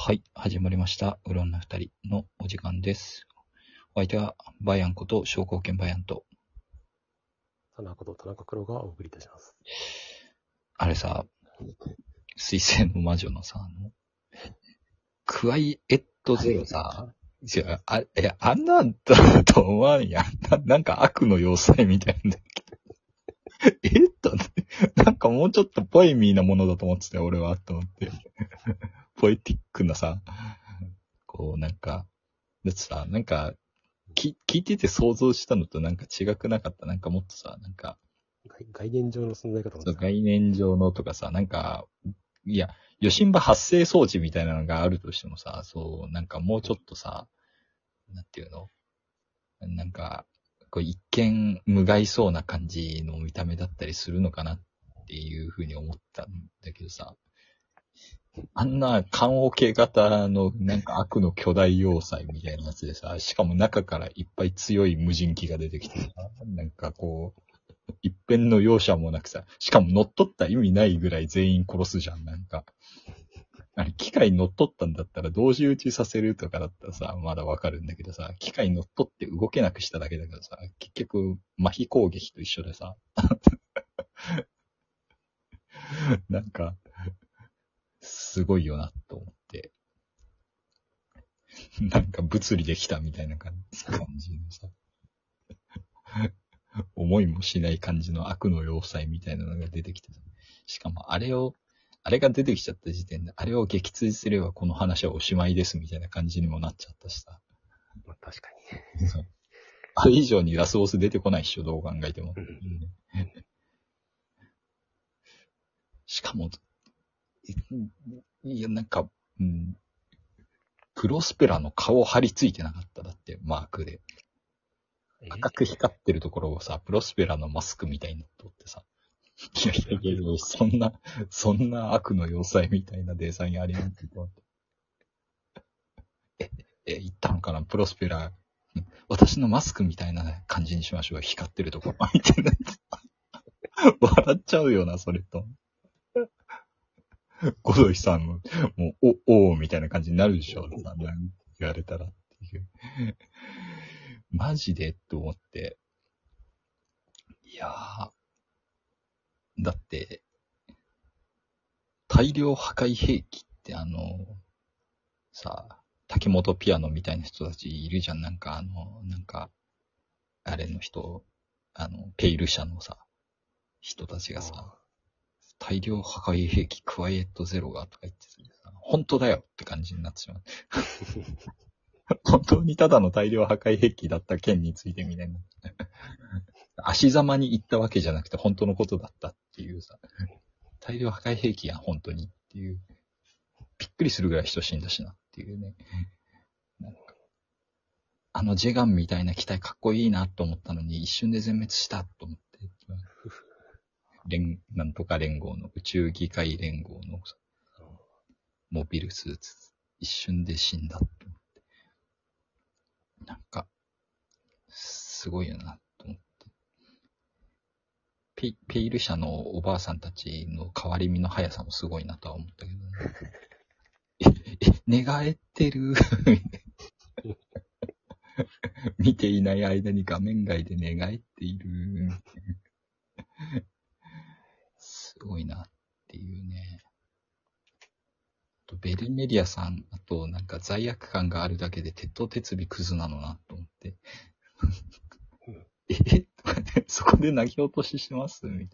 はい、始まりました。うろんな二人のお時間です。お相手は、バヤンこと、商工研バヤンと、 田中と田中黒がお送りいたします。 あれさ、水星の魔女のさ、クワイエットゼロさ、違う、あんなんだと思わんやん。なんか悪の要塞みたいなんだけど。なんかもうちょっとポエミーなものだと思ってたよ、俺は、と思って。ポエティックなさ、こう、なんか、だってさ、なんか、聞いてて想像したのとなんか違くなかった。なんかもっとさ、なんか、 概念上の存在かと思っそう、 てた。 概念上のとかさ、なんか、いや、余震波発生装置みたいなのがあるとしてもさ、そう、なんかもうちょっとさ、なんていうのなんか、こう一見無害そうな感じの見た目だったりするのかなっていうふうに思ったんだけどさ、あんな棺桶型のなんか悪の巨大要塞みたいなやつでさ、しかも中からいっぱい強い無人機が出てきてさ、なんかこう、一辺の容赦もなくさ、しかも乗っ取った意味ないぐらい全員殺すじゃん、なんか。あれ、機械乗っ取ったんだったら同時打ちさせるとかだったらさ、まだわかるんだけどさ、機械乗っ取って動けなくしただけだからさ、結局、麻痺攻撃と一緒でさ、なんか、すごいよな、と思って。なんか物理できたみたいな感じのさ、思いもしない感じの悪の要塞みたいなのが出てきてさ、しかもあれが出てきちゃった時点で、あれを撃墜すればこの話はおしまいですみたいな感じにもなっちゃったしさ。 まあ確かあれ以上にラスボス出てこないっしょ、どう考えても。 に。 しかも、いや、なんか、うん、プロスペラの顔貼り付いてなかった。だって、マークで。赤く光ってるところをさ、プロスペラのマスクみたいになっとってさ。いやいやいやいや、そんな悪の要塞みたいなデザインありなんてと思って。言ったのかなプロスペラ。私のマスクみたいな感じにしましょう。光ってるところ。みたいな。笑っちゃうよな、それと。ゴドイさんも、もう、おーみたいな感じになるでしょ。なん言われたらっていう。マジでと思って。いやー、だって、大量破壊兵器ってさ、竹本ピアノみたいな人たちいるじゃん。なんかなんか、あれの人、ペイル社のさ、人たちがさ、大量破壊兵器クワイエットゼロがとか言ってさ、本当だよって感じになってしまう。本当にただの大量破壊兵器だった件についてみたいな。足ざまに言ったわけじゃなくて本当のことだったっていうさ、大量破壊兵器やん、本当にっていう。びっくりするぐらい人死んだしなっていうね。なんかジェガンみたいな機体かっこいいなと思ったのに一瞬で全滅したと思って。なんとか連合の、宇宙議会連合のモビルスーツ、一瞬で死んだと思って。なんか、すごいよなと思って。ペイル社のおばあさんたちの変わり身の速さもすごいなとは思ったけどね。寝返ってる。見ていない間に画面外で寝返っている。すごいなっていうね。ベルメリアさん、あとなんか罪悪感があるだけで鉄頭鉄尾クズなのなと思って。とかね、そこで泣き落とししてますみ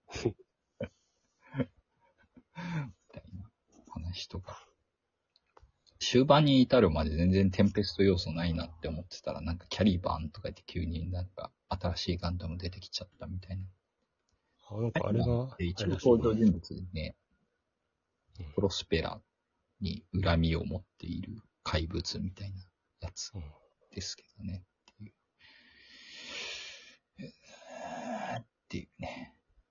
たいな話とか。終盤に至るまで全然テンペスト要素ないなって思ってたら、なんかキャリバーンとか言って急になんか新しいガンダム出てきちゃったみたいな。 なんかあれが、 一応登場人物でね、プロスペラに恨みを持っている怪物みたいなやつですけどね。っていうね。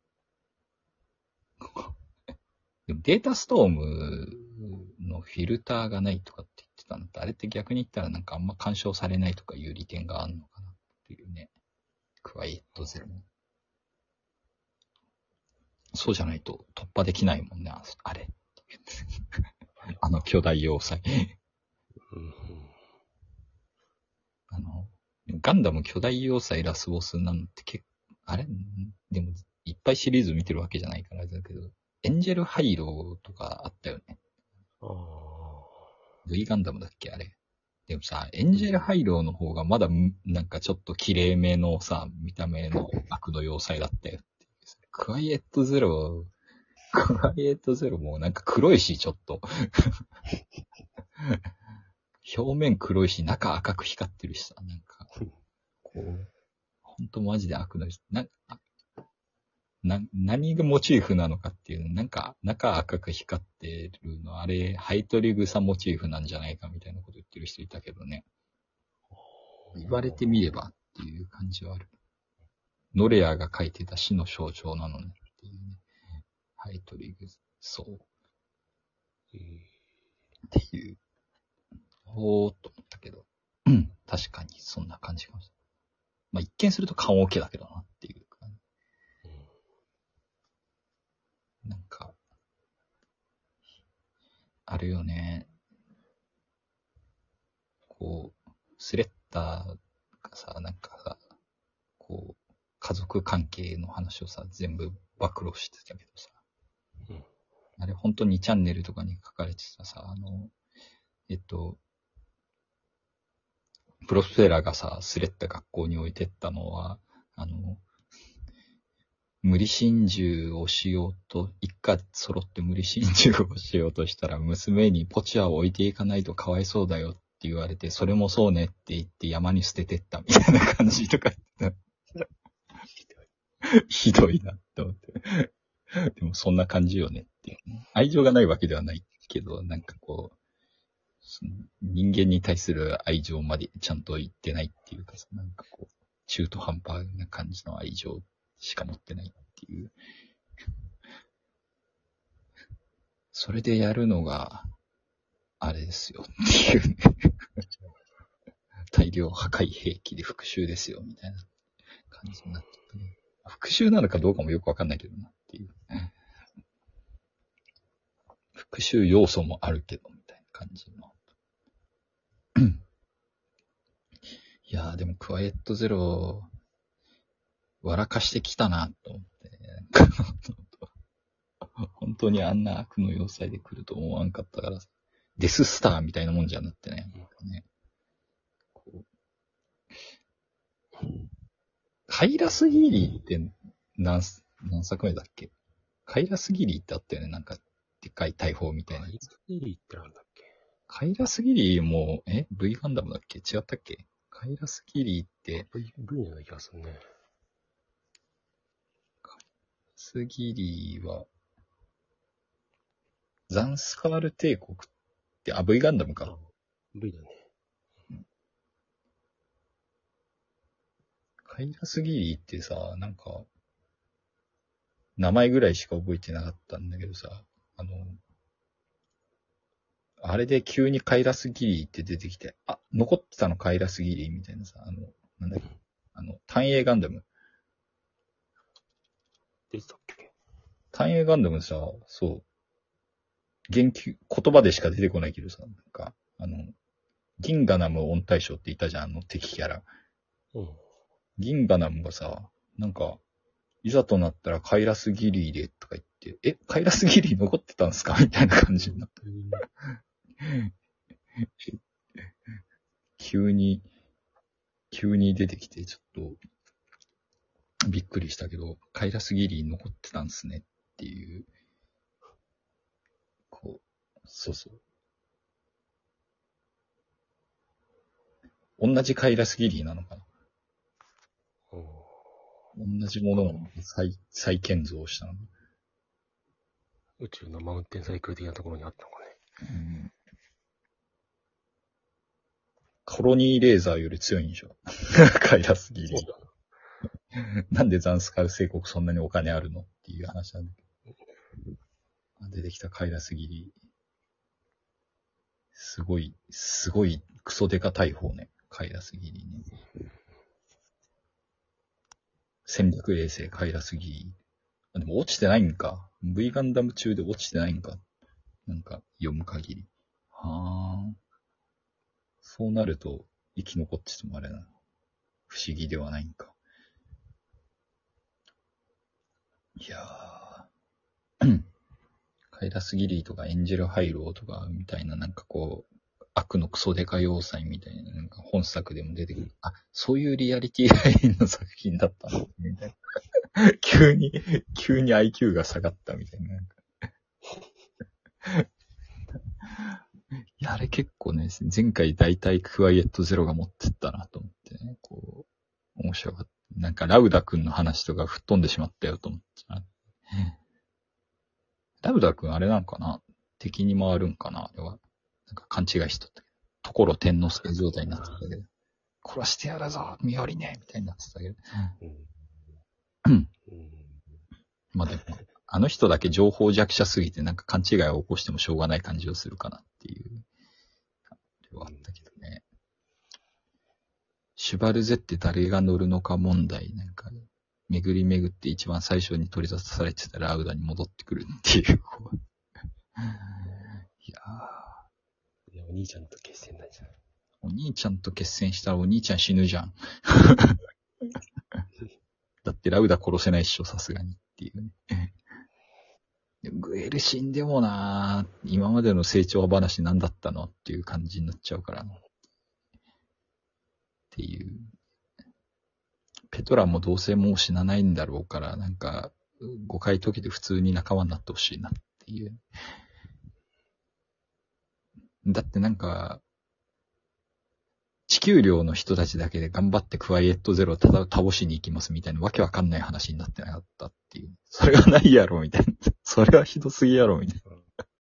でもデータストームのフィルターがないとかって言ってたのって、あれって逆に言ったらなんかあんま干渉されないとかいう利点があるのかなっていうね。クワイエットゼロ。そうじゃないと突破できないもんね、あれ。 巨大要塞。 うん。 ガンダム巨大要塞ラスボスなんてあれでも、いっぱいシリーズ見てるわけじゃないからだけど、エンジェルハイローとかあったよね。 ああ。 V ガンダムだっけあれ。でもさ、エンジェルハイローの方がまだなんかちょっと綺麗めのさ、見た目の悪の要塞だったよっていう。クワイエットゼロもなんか黒いし、ちょっと。表面黒いし、中赤く光ってるしさ、なんか、こう、ほんとマジで悪の、何がモチーフなのかっていうの、なんか、中赤く光ってるの、あれ、ハイトリグサモチーフなんじゃないかみたいなこと言ってる人いたけどね。言われてみればっていう感じはある。ノレアが書いてた死の象徴なのねっていうね。ハイトリグ、そう。っていう。おーっと思ったけど。うん。確かにそんな感じかもしれない。まあ、一見すると棺桶だけどなっていうか、なんか、あるよね。こう、スレッタがさ、なんかさ、こう、家族関係の話をさ、全部暴露してたけどさ、あれ本当にチャンネルとかに書かれてたさ、プロスペラがさ、スレッタ学校に置いてったのは、無理心中をしようと、一家揃って無理心中をしようとしたら、娘にポチャを置いていかないとかわいそうだよって言われて、それもそうねって言って山に捨ててったみたいな感じとか言ってた。ひどいなって思って。でもそんな感じよねっていうね。愛情がないわけではないけど、なんかこう、人間に対する愛情までちゃんと言ってないっていうかさ、なんかこう、中途半端な感じの愛情しか持ってないっていう。それでやるのが、あれですよっていうね。大量破壊兵器で復讐ですよみたいな感じになっててね。復讐なのかどうかもよくわかんないけどなっていう。復讐要素もあるけど、みたいな感じの。いやーでもクワイエットゼロ、笑かしてきたなと思って、本当にあんな悪の要塞で来ると思わんかったから、デススターみたいなもんじゃなってね。こうカイラスギリーって何作目だっけ？カイラスギリーってあったよね。なんか、でっかい大砲みたいな。 カイラスギリーってなんだっけ？ カイラスギリーも、V ガンダムだっけ？違ったっけ？カイラスギリーって、 V のような気がするね。 カイラスギリーは、ザンスカール帝国って、V ガンダムか。 V だね。 カイラスギリーってさ、なんか、名前ぐらいしか覚えてなかったんだけどさ、あれで急にカイラスギリーって出てきて、あ、残ってたのカイラスギリーみたいなさ、なんだっけ、単影ガンダム。 出てたっけ？ 単影ガンダムさ、そう、言葉でしか出てこないけどさ、なんか、銀ガナム音大将って言ったじゃん、敵キャラ。 うん。 銀ガナムがさ、なんか、いざとなったらカイラスギリーでとか言って、カイラスギリー残ってたんすかみたいな感じになった。急に出てきて、ちょっと、びっくりしたけど、カイラスギリー残ってたんすねっていう、こう、そうそう。同じカイラスギリーなのかな？同じものを再建造したの。 宇宙のマウンテンサイクル的なところにあったのかね。 コロニーレーザーより強いんでしょカイラスギリー。なんでザンスカル帝国そんなにお金あるのっていう話なんだけど。出てきたカイラスギリー。すごい、クソデカ大砲ね。カイラスギリーね。戦略衛星カイラスギリー。でも落ちてないんか。V ガンダム中で落ちてないんか。なんか読む限り。 はあ。そうなると、生き残っててもあれだな。不思議ではないんか。いやー。カイラスギリーとかエンジェルハイローとかみたいななんかこう、悪のクソデカ要塞みたいななんか本作でも出てくる。あ、そういうリアリティラインの作品だったのみたいな。急に IQ が下がったみたいな。なんかいや、あれ結構ね、前回大体クワイエットゼロが持ってったなと思ってね、こう、面白かった。なんかラウダ君の話とか吹っ飛んでしまったよと思って。ラウダ君あれなんかな敵に回るんかなあれは。なんか勘違いしとったけど。ところ天之助状態になってたけど。殺してやるぞ見張りねみたいになってたけど。まあでも、あの人だけ情報弱者すぎてなんか勘違いを起こしてもしょうがない感じをするかなっていう感じはあったけどね。シュバルゼって誰が乗るのか問題なんか、巡り巡って一番最初に取り出されてたラウダに戻ってくるっていう。こういやいや、お兄ちゃんと決戦なんじゃない？ お兄ちゃんと決戦したらお兄ちゃん死ぬじゃん。だってラウダ殺せないっしょ、さすがにっていうね。グエル死んでもなぁ、今までの成長話何だったのっていう感じになっちゃうからな。っていう。ペトラもどうせもう死なないんだろうから、なんか、誤解解けて普通に仲間になってほしいなっていう。だってなんか、地球寮の人たちだけで頑張ってクワイエットゼロを倒しに行きますみたいなわけわかんない話になってなかったっていう。それがないやろみたいな。それはひどすぎやろみたいな。